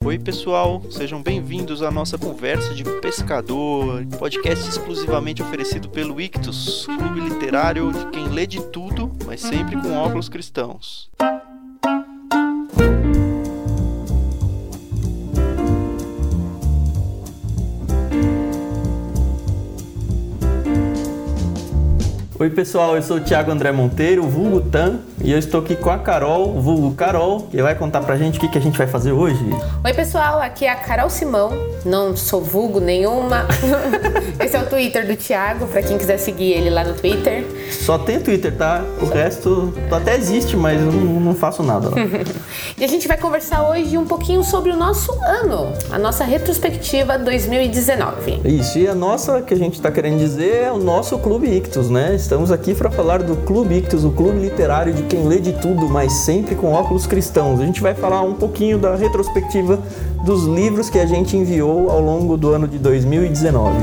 Oi pessoal, sejam bem-vindos à nossa conversa de pescador, podcast exclusivamente oferecido pelo Ictus, clube literário de quem lê de tudo, mas sempre com óculos cristãos. Oi pessoal, eu sou o Thiago André Monteiro, vulgo Tan, e eu estou aqui com a Carol, vulgo Carol, que vai contar pra gente o que a gente vai fazer hoje. Oi pessoal, aqui é a Carol Simão, não sou vulgo nenhuma. Esse é o Twitter do Thiago, pra quem quiser seguir ele lá no Twitter. Só tem Twitter, tá? O resto até existe, mas eu não faço nada lá. E a gente vai conversar hoje um pouquinho sobre o nosso ano, a nossa retrospectiva 2019. Isso, e a nossa, que a gente tá querendo dizer, é o nosso Clube Ictus, né? Estamos aqui para falar do Clube Ictus, o clube literário de quem lê de tudo, mas sempre com óculos cristãos. A gente vai falar um pouquinho da retrospectiva dos livros que a gente enviou ao longo do ano de 2019.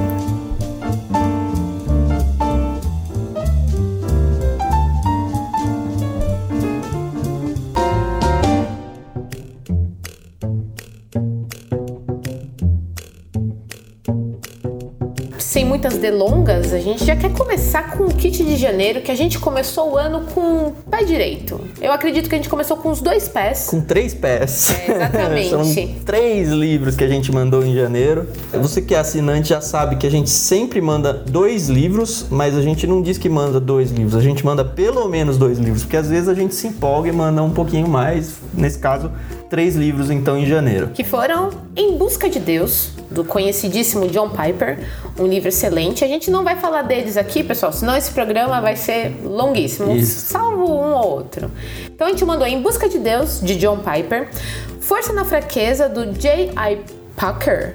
Sem muitas delongas, a gente já quer começar com o kit de janeiro, que a gente começou o ano com o pé direito. Eu acredito que a gente começou com os 2 pés. Com 3 pés. Exatamente. São 3 livros que a gente mandou em janeiro. Você que é assinante já sabe que a gente sempre manda 2 livros, mas a gente não diz que manda 2 livros, a gente manda pelo menos 2 livros, porque às vezes a gente se empolga e manda um pouquinho mais, nesse caso 3 livros então em janeiro. Que foram Em Busca de Deus, do conhecidíssimo John Piper, um livro excelente. A gente não vai falar deles aqui, pessoal, senão esse programa vai ser longuíssimo, salvo um ou outro. Então a gente mandou Em Busca de Deus, de John Piper, Força na Fraqueza, do J.I. Packer.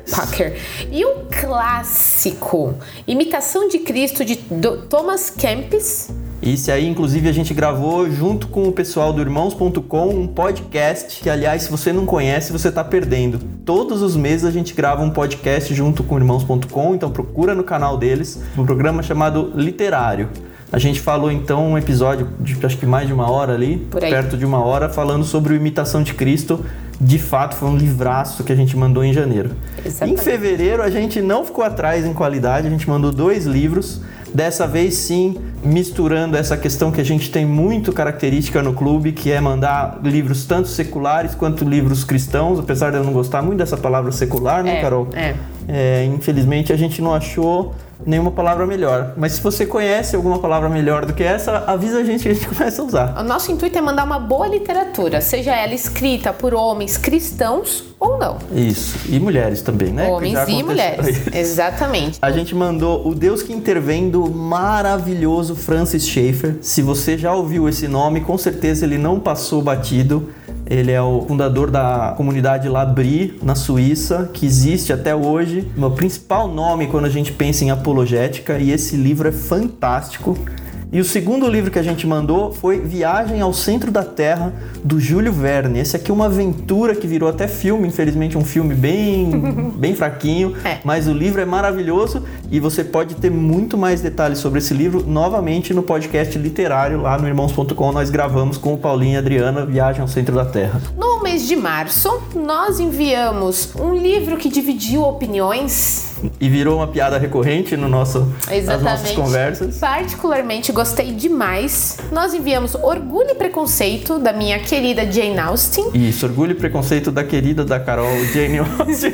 E um clássico, Imitação de Cristo, de Thomas Kempis. Esse aí, inclusive, a gente gravou junto com o pessoal do Irmãos.com um podcast que, aliás, se você não conhece, você tá perdendo. Todos os meses a gente grava um podcast junto com o Irmãos.com, então procura no canal deles, um programa chamado Literário. A gente falou, então, um episódio de acho que mais de 1 hora ali, perto de 1 hora, falando sobre o Imitação de Cristo. De fato, foi um livraço que a gente mandou em janeiro. Exatamente. Em fevereiro, a gente não ficou atrás em qualidade, a gente mandou 2 livros. Dessa vez, sim, misturando essa questão que a gente tem muito característica no clube, que é mandar livros tanto seculares quanto livros cristãos, apesar de eu não gostar muito dessa palavra secular, né, Carol? Infelizmente, a gente não achou nenhuma palavra melhor. Mas se você conhece alguma palavra melhor do que essa, avisa a gente que a gente começa a usar. O nosso intuito é mandar uma boa literatura, seja ela escrita por homens cristãos ou não. Isso. E mulheres também, né? Homens e mulheres. Exatamente. A gente mandou O Deus que Intervém, do maravilhoso Francis Schaeffer. Se você já ouviu esse nome, com certeza ele não passou batido. Ele é o fundador da comunidade L'Abri, na Suíça, que existe até hoje. O principal nome quando a gente pensa em apologética, e esse livro é fantástico. E o segundo livro que a gente mandou foi Viagem ao Centro da Terra, do Júlio Verne. Esse aqui é uma aventura que virou até filme, infelizmente um filme bem fraquinho, mas o livro é maravilhoso e você pode ter muito mais detalhes sobre esse livro novamente no podcast literário lá no Irmãos.com. Nós gravamos com o Paulinho e a Adriana, Viagem ao Centro da Terra. No mês de março, nós enviamos um livro que dividiu opiniões. E virou uma piada recorrente nas nossas conversas. Particularmente gostei demais. Nós enviamos Orgulho e Preconceito, da minha querida Jane Austen. Isso, Orgulho e Preconceito da querida da Carol, Jane Austen.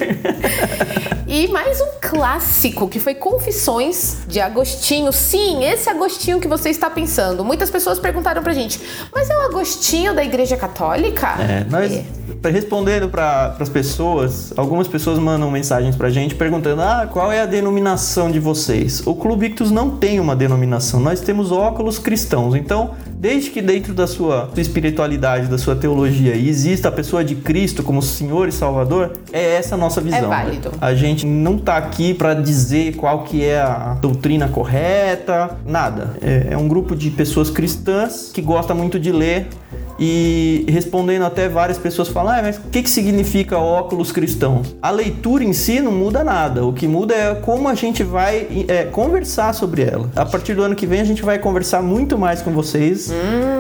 E mais um clássico, que foi Confissões, de Agostinho. Sim, esse Agostinho que você está pensando. Muitas pessoas perguntaram pra gente, mas é o Agostinho da Igreja Católica? Respondendo para as pessoas, algumas pessoas mandam mensagens pra gente perguntando qual é a denominação de vocês. O Clube Ictus não tem uma denominação, nós temos óculos cristãos. Então, desde que dentro da sua espiritualidade, da sua teologia, exista a pessoa de Cristo como Senhor e Salvador, é essa a nossa visão. É válido. A gente não tá aqui para dizer qual que é a doutrina correta, nada. É um grupo de pessoas cristãs que gosta muito de ler e respondendo até várias pessoas falam, mas o que significa óculos cristãos? A leitura em si não muda nada, o que muda é como a gente vai conversar sobre ela. A partir do ano que vem a gente vai conversar muito mais com vocês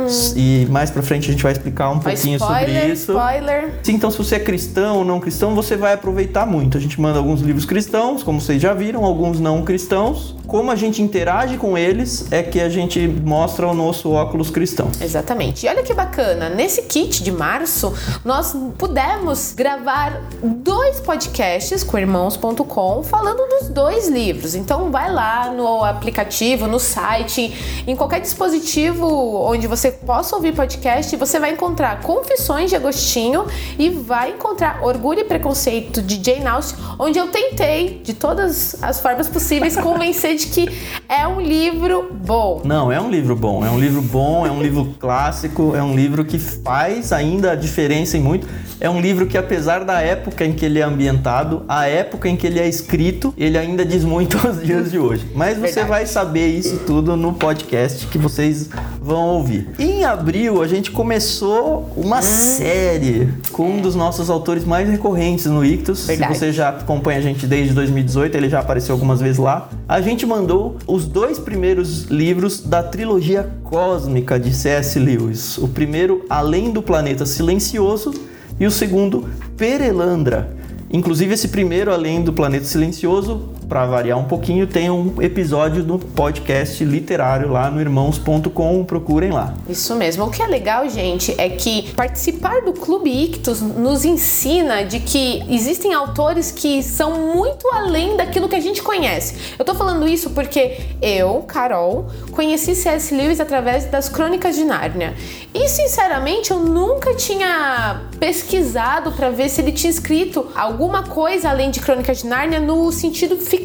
e mais pra frente a gente vai explicar um pouquinho sobre isso. Spoiler. Sim, então se você é cristão ou não cristão, você vai aproveitar muito. A gente manda alguns livros cristãos, como vocês já viram, alguns não cristãos. Como a gente interage com eles é que a gente mostra o nosso óculos cristão. Exatamente. E olha que bacana, nesse kit de março, nós pudemos gravar 2 podcasts com irmãos.com falando dos 2 livros. Então vai lá no aplicativo, no site, em qualquer dispositivo onde você possa ouvir podcast, você vai encontrar Confissões de Agostinho e vai encontrar Orgulho e Preconceito de Jane Austen, onde eu tentei, de todas as formas possíveis, convencer de que é um livro bom. Não, é um livro bom, é um livro clássico, é um livro que faz ainda a diferença em muito. É um livro que, apesar da época em que ele é ambientado, a época em que ele é escrito, ele ainda diz muito aos dias de hoje. Mas você vai saber isso tudo no podcast que vocês vão ouvir. Em abril, a gente começou uma série com um dos nossos autores mais recorrentes no Ictus. Verdade. Se você já acompanha a gente desde 2018, ele já apareceu algumas vezes lá. A gente mandou os 2 primeiros livros da trilogia cósmica de C.S. Lewis. O primeiro, Além do Planeta Silencioso, e o segundo, Perelandra. Inclusive, esse primeiro, Além do Planeta Silencioso, para variar um pouquinho, tem um episódio do podcast literário lá no irmãos.com, procurem lá. Isso mesmo. O que é legal, gente, é que participar do Clube Ictus nos ensina de que existem autores que são muito além daquilo que a gente conhece. Eu tô falando isso porque eu, Carol, conheci C.S. Lewis através das Crônicas de Nárnia. E, sinceramente, eu nunca tinha pesquisado para ver se ele tinha escrito alguma coisa além de Crônicas de Nárnia no sentido ficção.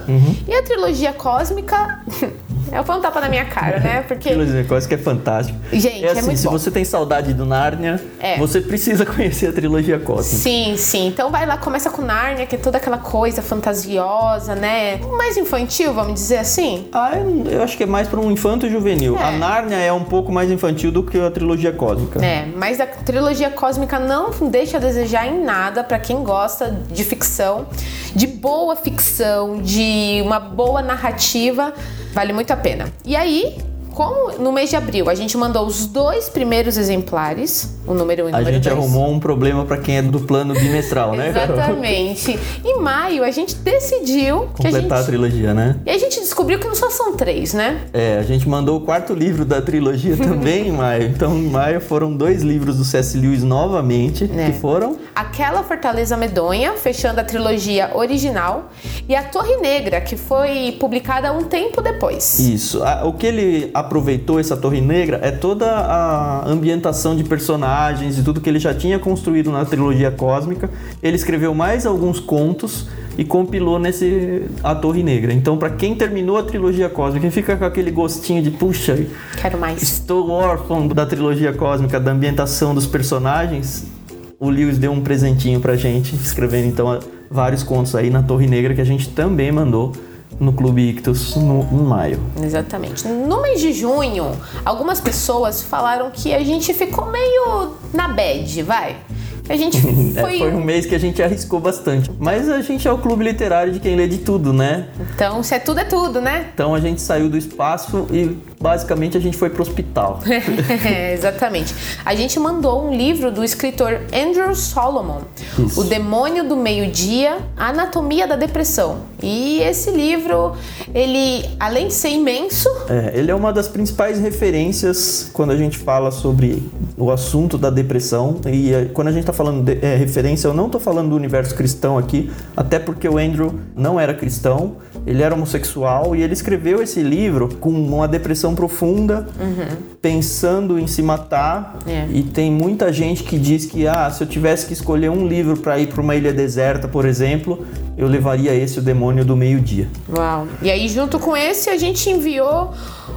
E a trilogia cósmica foi um tapa na minha cara, né? Porque... A trilogia cósmica é fantástica. Gente, assim, é muito se bom. você tem saudade do Nárnia, você precisa conhecer a trilogia cósmica. Sim, sim. Então vai lá, começa com Nárnia, que é toda aquela coisa fantasiosa, né? Mais infantil, vamos dizer assim? Eu acho que é mais para um infanto juvenil. A Nárnia é um pouco mais infantil do que a trilogia cósmica. Mas a trilogia cósmica não deixa a desejar em nada para quem gosta de ficção, de boa ficção, de uma boa narrativa, vale muito a pena. E aí, como no mês de abril a gente mandou os 2 primeiros exemplares, o número 1 e o número 2. A gente arrumou um problema para quem é do plano bimestral, né, Carol? Exatamente. Em maio a gente decidiu completar a trilogia, né? E a gente descobriu que não só são 3, né? A gente mandou o 4º livro da trilogia também em maio. Então, em maio foram 2 livros do C.S. Lewis novamente, que foram... Aquela Fortaleza Medonha, fechando a trilogia original, e a Torre Negra, que foi publicada um tempo depois. Isso. O que ele aproveitou, essa Torre Negra, é toda a ambientação de personagens e tudo que ele já tinha construído na trilogia cósmica. Ele escreveu mais alguns contos e compilou a Torre Negra. Então, para quem terminou a trilogia cósmica e fica com aquele gostinho de, puxa, quero mais. Estou órfão da trilogia cósmica, da ambientação dos personagens, o Lewis deu um presentinho pra gente, escrevendo então vários contos aí na Torre Negra, que a gente também mandou no Clube Ictus em maio. Exatamente. No mês de junho, algumas pessoas falaram que a gente ficou meio na bad, vai. A gente foi um mês que a gente arriscou bastante. Mas a gente é o clube literário de quem lê de tudo, né? Então, se é tudo, né? Então a gente saiu do espaço e basicamente a gente foi pro hospital. Exatamente. A gente mandou um livro do escritor Andrew Solomon, Isso. O Demônio do Meio-Dia, Anatomia da Depressão. E esse livro, ele, além de ser imenso... ele é uma das principais referências quando a gente fala sobre o assunto da depressão. E quando a gente tá falando de referência, eu não tô falando do universo cristão aqui, até porque o Andrew não era cristão, ele era homossexual e ele escreveu esse livro com uma depressão profunda, pensando em se matar. E tem muita gente que diz que se eu tivesse que escolher um livro para ir para uma ilha deserta, por exemplo, eu levaria esse, O Demônio do Meio-Dia. Uau! E aí, junto com esse, a gente enviou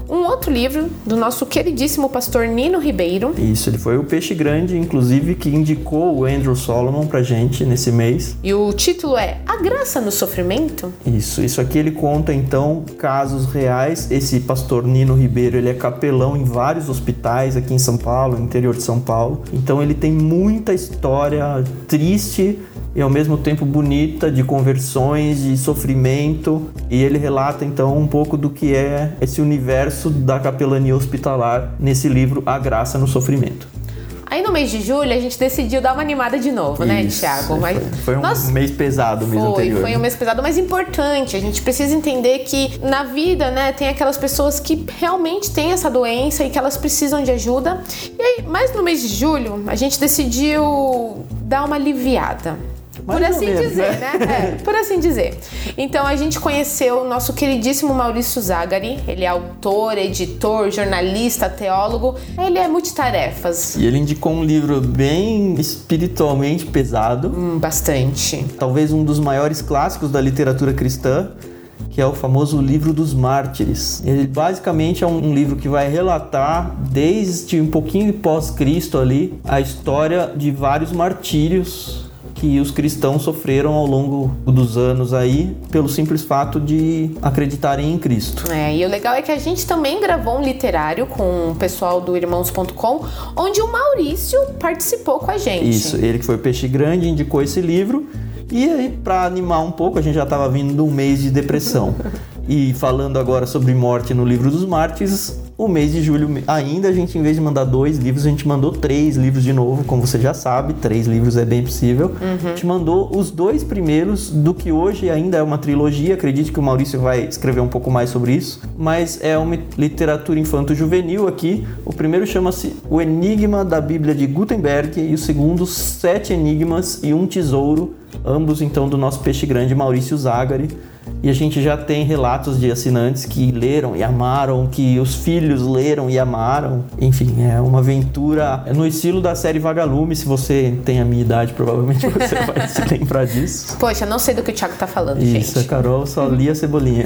um outro livro do nosso queridíssimo pastor Nino Ribeiro. Isso, ele foi o peixe grande, inclusive, que indicou o Andrew Solomon pra gente nesse mês. E o título é A Graça no Sofrimento? Isso aqui ele conta, então, casos reais. Esse pastor Nino Ribeiro, ele é capelão em vários hospitais aqui em São Paulo, no interior de São Paulo. Então ele tem muita história triste e ao mesmo tempo bonita, de conversões, de sofrimento, e ele relata então um pouco do que é esse universo da capelania hospitalar nesse livro A Graça no Sofrimento. Aí no mês de julho a gente decidiu dar uma animada de novo, né, Thiago? Mas foi um mês pesado, o mês anterior. Foi um mês pesado, mas importante. A gente precisa entender que na vida, né, tem aquelas pessoas que realmente têm essa doença e que elas precisam de ajuda. E aí, mas no mês de julho a gente decidiu dar uma aliviada. Por assim dizer, né? Por assim dizer. Então a gente conheceu o nosso queridíssimo Maurício Zagari. Ele é autor, editor, jornalista, teólogo. Ele é multitarefas. E ele indicou um livro bem espiritualmente pesado. Bastante. Talvez um dos maiores clássicos da literatura cristã, que é o famoso Livro dos Mártires. Ele basicamente é um livro que vai relatar, desde um pouquinho pós-Cristo ali, a história de vários martírios que os cristãos sofreram ao longo dos anos aí, pelo simples fato de acreditarem em Cristo. E o legal é que a gente também gravou um literário com o pessoal do Irmãos.com, onde o Maurício participou com a gente. Isso, ele que foi o peixe grande, indicou esse livro, e aí, para animar um pouco, a gente já estava vindo de um mês de depressão. E falando agora sobre morte no Livro dos Mártires, o mês de julho ainda, a gente, em vez de mandar 2 livros, a gente mandou 3 livros de novo, como você já sabe, 3 livros é bem possível. A gente mandou os 2 primeiros do que hoje ainda é uma trilogia, acredito que o Maurício vai escrever um pouco mais sobre isso, mas é uma literatura infanto-juvenil aqui. O primeiro chama-se O Enigma da Bíblia de Gutenberg e o segundo, 7 Enigmas e um Tesouro, ambos então do nosso peixe grande Maurício Zagari. E a gente já tem relatos de assinantes que leram e amaram, que os filhos leram e amaram. Enfim, é uma aventura no estilo da série Vagalume. Se você tem a minha idade, provavelmente você vai se lembrar disso. Poxa, não sei do que o Thiago tá falando, gente. Isso, a Carol só lia Cebolinha.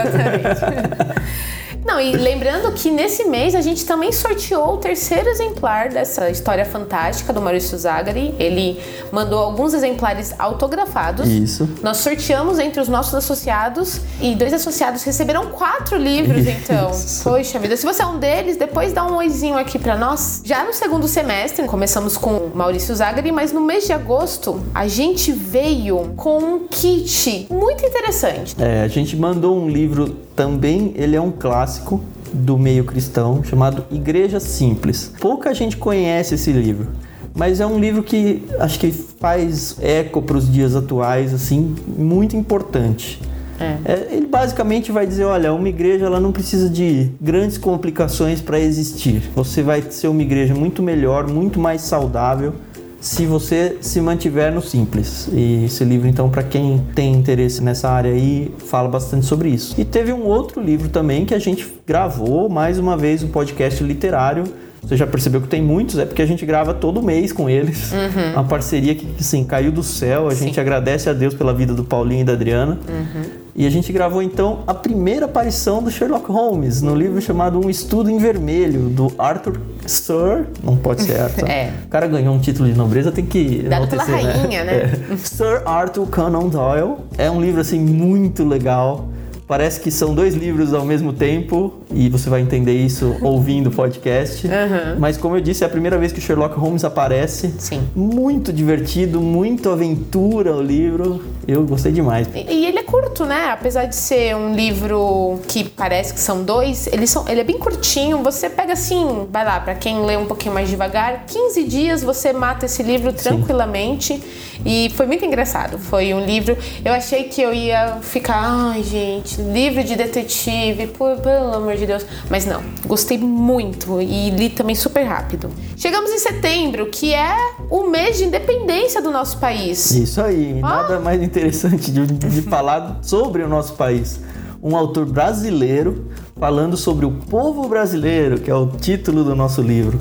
Exatamente. Não, e lembrando que nesse mês a gente também sorteou o 3º exemplar dessa história fantástica do Maurício Zagari. Ele mandou alguns exemplares autografados. Isso. Nós sorteamos entre os nossos associados e 2 associados receberam 4 livros, então. Poxa vida, se você é um deles, depois dá um oizinho aqui pra nós. Já no 2º semestre, começamos com o Maurício Zagari, mas no mês de agosto a gente veio com um kit muito interessante. A gente mandou um livro também, ele é um clássico do meio cristão, chamado Igreja Simples. Pouca gente conhece esse livro, mas é um livro que acho que faz eco para os dias atuais, assim, muito importante. Ele basicamente vai dizer, olha, uma igreja ela não precisa de grandes complicações para existir. Você vai ser uma igreja muito melhor, muito mais saudável, se você se mantiver no simples. E esse livro, então, para quem tem interesse nessa área aí, fala bastante sobre isso. E teve um outro livro também que a gente gravou, mais uma vez, um podcast literário. Você já percebeu que tem muitos, é porque a gente grava todo mês com eles. Uma parceria que, assim, caiu do céu. A gente agradece a Deus pela vida do Paulinho e da Adriana. E a gente gravou, então, a primeira aparição do Sherlock Holmes, no livro chamado Um Estudo em Vermelho, do Arthur Sir... Não pode ser Arthur. O cara ganhou um título de nobreza, tem que... Dado pela rainha, né? Sir Arthur Conan Doyle. É um livro, assim, muito legal. Parece que são 2 livros ao mesmo tempo, e você vai entender isso ouvindo o podcast. Mas, como eu disse, é a primeira vez que o Sherlock Holmes aparece. Sim. Muito divertido, muito aventura o livro. Eu gostei demais. E ele é curto, né? Apesar de ser um livro que parece que são 2, ele é bem curtinho. Você pega assim, vai lá, pra quem lê um pouquinho mais devagar, 15 dias você mata esse livro tranquilamente. Sim. E foi muito engraçado. Foi um livro... Eu achei que eu ia ficar... Ai, gente, livro de detetive, pelo amor de Deus. Mas não, gostei muito e li também super rápido. Chegamos em setembro, que é o mês de independência do nosso país. Isso aí, nada mais interessante de falar sobre o nosso país. Um autor brasileiro falando sobre o povo brasileiro, que é o título do nosso livro.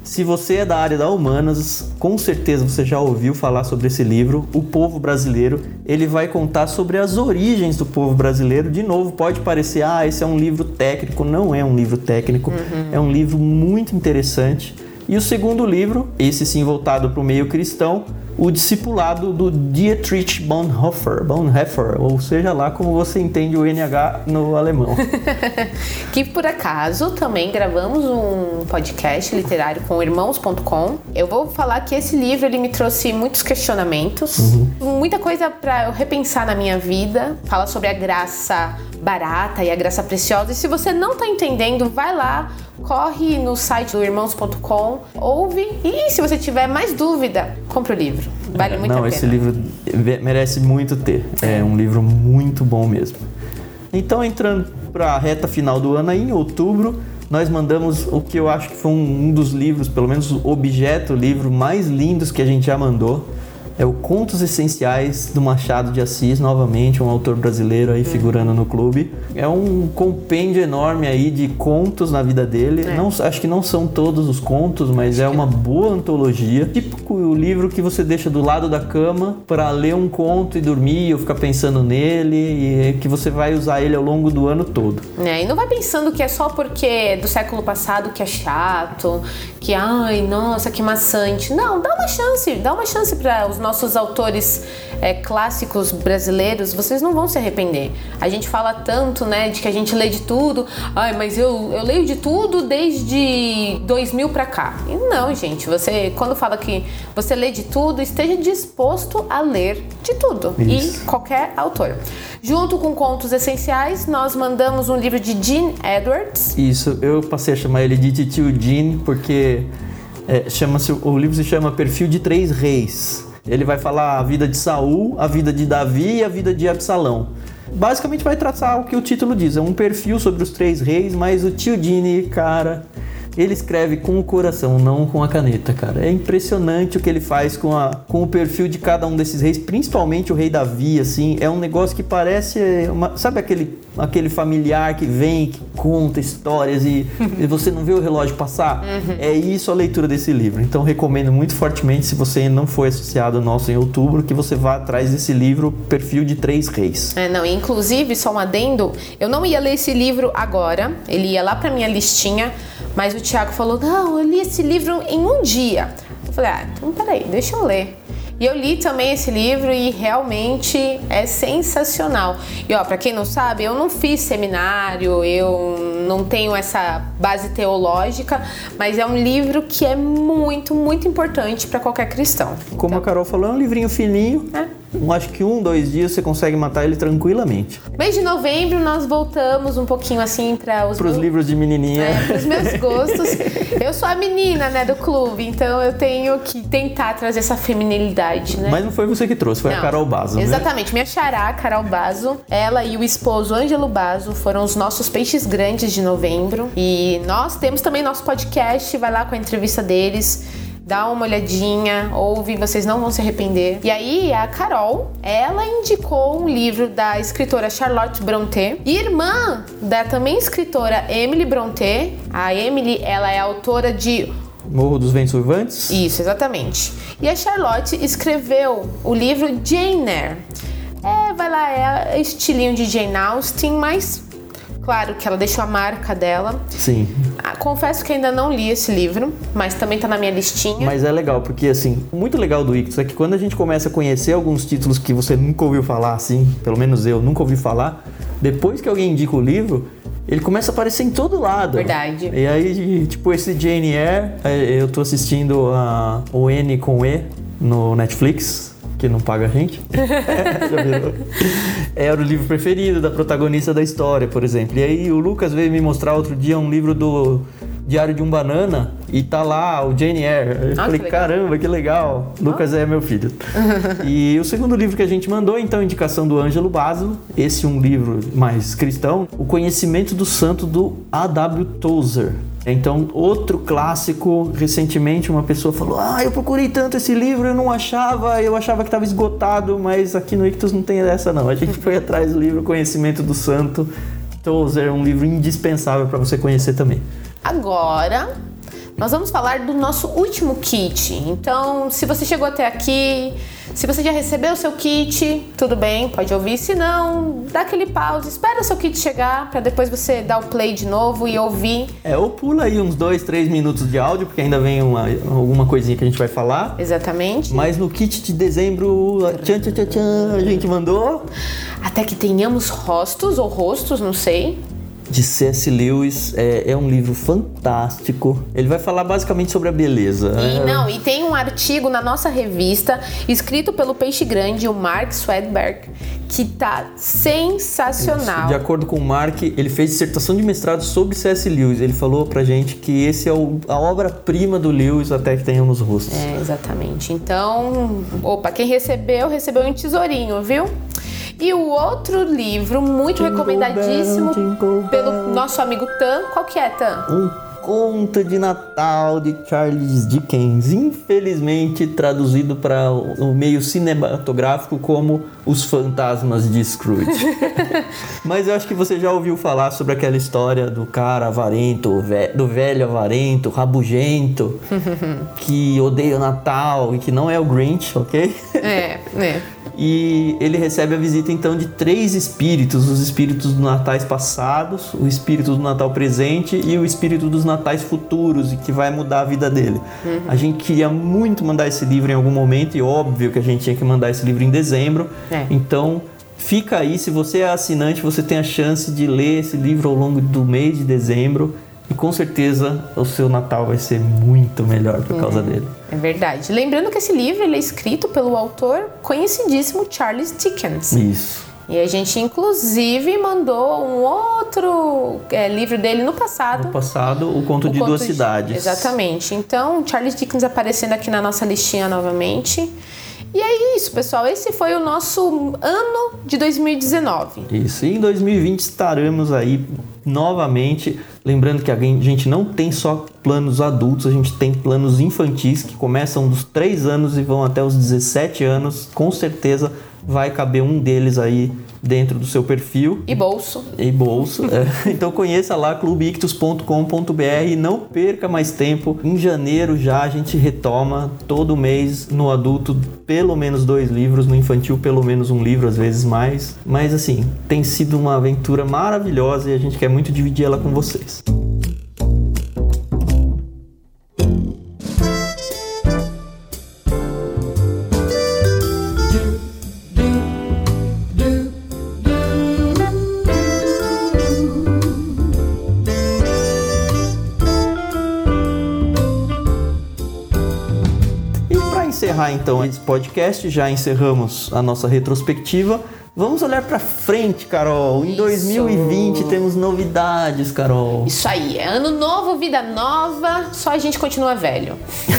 Se você é da área da humanas, com certeza você já ouviu falar sobre esse livro, O Povo Brasileiro. Ele vai contar sobre as origens do povo brasileiro. De novo, pode parecer, esse é um livro técnico. Não é um livro técnico, é um livro muito interessante. E o segundo livro, esse sim voltado para o meio cristão, O Discipulado do Dietrich Bonhoeffer, ou seja lá como você entende o NH no alemão. Que por acaso também gravamos um podcast literário com irmãos.com. Eu vou falar que esse livro ele me trouxe muitos questionamentos, muita coisa para eu repensar na minha vida. Fala sobre a graça barata e a graça preciosa. E se você não está entendendo, vai lá, corre no site do irmãos.com, ouve e se você tiver mais dúvida, compre o livro. Vale muito a pena. Esse livro merece muito ter. É um livro muito bom mesmo. Então, entrando para a reta final do ano aí, em outubro, nós mandamos o que eu acho que foi um dos livros, pelo menos o livro mais lindos que a gente já mandou. É o Contos Essenciais do Machado de Assis, novamente, um autor brasileiro aí figurando no clube. É um compêndio enorme aí de contos na vida dele. Não, acho que não são todos os contos, mas é uma boa antologia. Tipo o livro que você deixa do lado da cama para ler um conto e dormir ou ficar pensando nele e que você vai usar ele ao longo do ano todo. E não vai pensando que é só porque é do século passado que é chato, que nossa, que maçante. Não, dá uma chance para os nossos autores clássicos brasileiros, vocês não vão se arrepender. A gente fala tanto, né, de que a gente lê de tudo. Mas eu leio de tudo desde 2000 pra cá. E não, gente, você, quando fala que você lê de tudo, esteja disposto a ler de tudo. Isso. E qualquer autor. Junto com Contos Essenciais, nós mandamos um livro de Gene Edwards. Isso, eu passei a chamar ele de Titio Gene, porque o livro se chama Perfil de Três Reis. Ele vai falar a vida de Saul, a vida de Davi e a vida de Absalão. Basicamente vai traçar o que o título diz, é um perfil sobre os três reis, mas o tio Gene, cara, ele escreve com o coração, não com a caneta, cara. É impressionante o que ele faz com o perfil de cada um desses reis, principalmente o rei Davi, assim. É um negócio que parece... sabe aquele familiar que vem, que conta histórias e você não vê o relógio passar? É isso a leitura desse livro. Então, recomendo muito fortemente, se você ainda não foi associado ao nosso em outubro, que você vá atrás desse livro, Perfil de Três Reis. Inclusive, só um adendo, eu não ia ler esse livro agora, ele ia lá pra minha listinha, mas o Thiago falou, não, eu li esse livro em um dia. Eu falei, então peraí, deixa eu ler. E eu li também esse livro e realmente é sensacional. E pra quem não sabe, eu não fiz seminário, eu não tenho essa base teológica, mas é um livro que é muito, muito importante para qualquer cristão. Como a Carol falou, é um livrinho fininho. Acho que 2 dias você consegue matar ele tranquilamente. Mês de novembro nós voltamos um pouquinho assim para os livros de menininha. Para os meus gostos. Eu sou a menina, né, do clube, então eu tenho que tentar trazer essa feminilidade, né? Mas não foi você que trouxe, foi a Carol Bazo. Exatamente, né? Minha xará, Carol Bazo, ela e o esposo Ângelo Bazo foram os nossos peixes grandes de novembro. E nós temos também nosso podcast, vai lá com a entrevista deles. Dá uma olhadinha, ouve, vocês não vão se arrepender. E aí, a Carol, ela indicou um livro da escritora Charlotte Brontë, irmã da também escritora Emily Brontë. A Emily, ela é autora de Morro dos Ventos Uivantes? Isso, exatamente. E a Charlotte escreveu o livro Jane Eyre. Vai lá, é estilinho de Jane Austen, mas... Claro que ela deixou a marca dela. Sim. Confesso que ainda não li esse livro, mas também tá na minha listinha. Mas é legal, porque assim, o muito legal do Ictus é que quando a gente começa a conhecer alguns títulos que você nunca ouviu falar, assim, pelo menos eu nunca ouvi falar, depois que alguém indica o livro, ele começa a aparecer em todo lado. Verdade. E aí, tipo, esse Jane Eyre, eu tô assistindo o N com E no Netflix, que não paga a gente. Já virou. Era o livro preferido da protagonista da história, por exemplo. E aí o Lucas veio me mostrar outro dia um livro do Diário de um Banana e tá lá o Jane Eyre. Eu falei, caramba, que legal. Lucas é meu filho. E o segundo livro que a gente mandou, então, indicação do Ângelo Bazo. Esse é um livro mais cristão. O Conhecimento do Santo, do A.W. Tozer. Então, outro clássico, recentemente uma pessoa falou, eu procurei tanto esse livro, eu achava que estava esgotado, mas aqui no Ictus não tem essa não. A gente foi atrás do livro Conhecimento do Santo. Tozer é um livro indispensável para você conhecer também. Agora, nós vamos falar do nosso último kit. Então, se você chegou até aqui, se você já recebeu o seu kit, tudo bem, pode ouvir. Se não, dá aquele pause, espera o seu kit chegar para depois você dar o play de novo e ouvir. Ou pula aí uns 2-3 minutos de áudio, porque ainda vem alguma coisinha que a gente vai falar. Exatamente. Mas no kit de dezembro, a gente mandou... Até que tenhamos rostos, não sei... de C.S. Lewis, é um livro fantástico. Ele vai falar basicamente sobre a beleza. E tem um artigo na nossa revista, escrito pelo Peixe Grande, o Mark Swedberg, que tá sensacional. Isso. De acordo com o Mark, ele fez dissertação de mestrado sobre C.S. Lewis. Ele falou pra gente que esse é a obra-prima do Lewis, até que tenhamos rostos. Exatamente. Então, quem recebeu um tesourinho, viu? E o outro livro, muito recomendadíssimo pelo nosso amigo Tan, qual que é, Tan? Um Conto de Natal de Charles Dickens, infelizmente traduzido para o meio cinematográfico como Os Fantasmas de Scrooge. Mas eu acho que você já ouviu falar sobre aquela história do cara avarento, do velho avarento, rabugento, que odeia o Natal e que não é o Grinch, ok? E ele recebe a visita então de 3 espíritos, os espíritos dos natais passados, o espírito do Natal presente e o espírito dos natais futuros, e que vai mudar a vida dele. A gente queria muito mandar esse livro em algum momento, e óbvio que a gente tinha que mandar esse livro em dezembro. Então fica aí, se você é assinante, você tem a chance de ler esse livro ao longo do mês de dezembro. E com certeza o seu Natal vai ser muito melhor por causa dele. É verdade. Lembrando que esse livro ele é escrito pelo autor conhecidíssimo Charles Dickens. Isso. E a gente, inclusive, mandou um outro livro dele no passado. No passado, O Conto de Duas Cidades. Exatamente. Então, Charles Dickens aparecendo aqui na nossa listinha novamente. E é isso, pessoal. Esse foi o nosso ano de 2019. Isso. E em 2020 estaremos aí novamente. Lembrando que a gente não tem só planos adultos, a gente tem planos infantis que começam dos 3 anos e vão até os 17 anos. Com certeza vai caber um deles aí dentro do seu perfil. E bolso. Então conheça lá clubeictus.com.br e não perca mais tempo. Em janeiro já a gente retoma todo mês, no adulto pelo menos 2 livros, no infantil pelo menos 1 livro, às vezes mais. Mas assim, tem sido uma aventura maravilhosa e a gente quer muito dividir ela com vocês. Encerrar então esse podcast, já encerramos a nossa retrospectiva. Vamos olhar pra frente, Carol. Em 2020 temos novidades, Carol. Isso aí, é ano novo, vida nova, só a gente continua velho.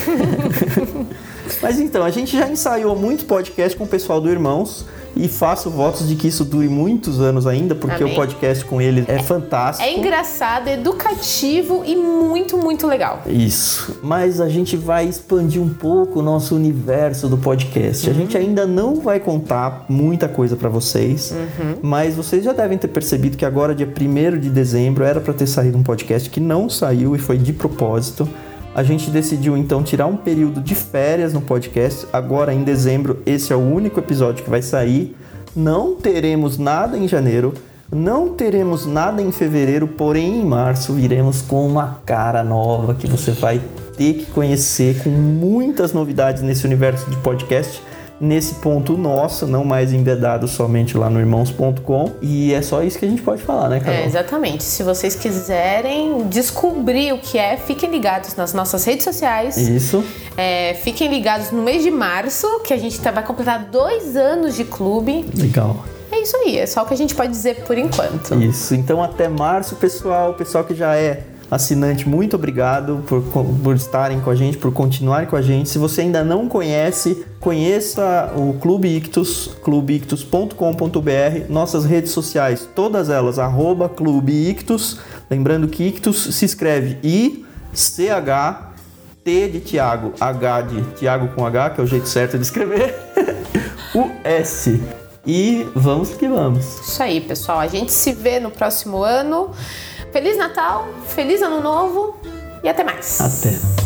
Mas então, a gente já ensaiou muito podcast com o pessoal do Irmãos e faço votos de que isso dure muitos anos ainda, porque Amém. O podcast com ele é fantástico. É engraçado, é educativo e muito, muito legal. Isso. Mas a gente vai expandir um pouco o nosso universo do podcast. A gente ainda não vai contar muita coisa pra vocês, mas vocês já devem ter percebido que agora, dia 1º de dezembro, era pra ter saído um podcast que não saiu e foi de propósito. A gente decidiu então tirar um período de férias no podcast. Agora em dezembro esse é o único episódio que vai sair. Não teremos nada em janeiro, não teremos nada em fevereiro, porém em março viremos com uma cara nova que você vai ter que conhecer, com muitas novidades nesse universo de podcast. Nesse ponto nosso, não mais embedado somente lá no irmãos.com. E é só isso que a gente pode falar, né, Carol? Exatamente. Se vocês quiserem descobrir o que é, fiquem ligados nas nossas redes sociais. Isso. Fiquem ligados no mês de março, que a gente vai completar 2 anos de clube. Legal. É isso aí, é só o que a gente pode dizer por enquanto. Isso. Então até março, pessoal. O pessoal que já é assinante, muito obrigado por estarem com a gente, por continuarem com a gente. Se você ainda não conhece, conheça o Clube Ictus, clubeictus.com.br, nossas redes sociais, todas elas, @Clube Ictus. Lembrando que Ictus se escreve I-C-H, T de Tiago, H de Tiago com H, que é o jeito certo de escrever, U-S. E vamos que vamos. Isso aí, pessoal. A gente se vê no próximo ano. Feliz Natal, feliz Ano Novo e até mais. Até.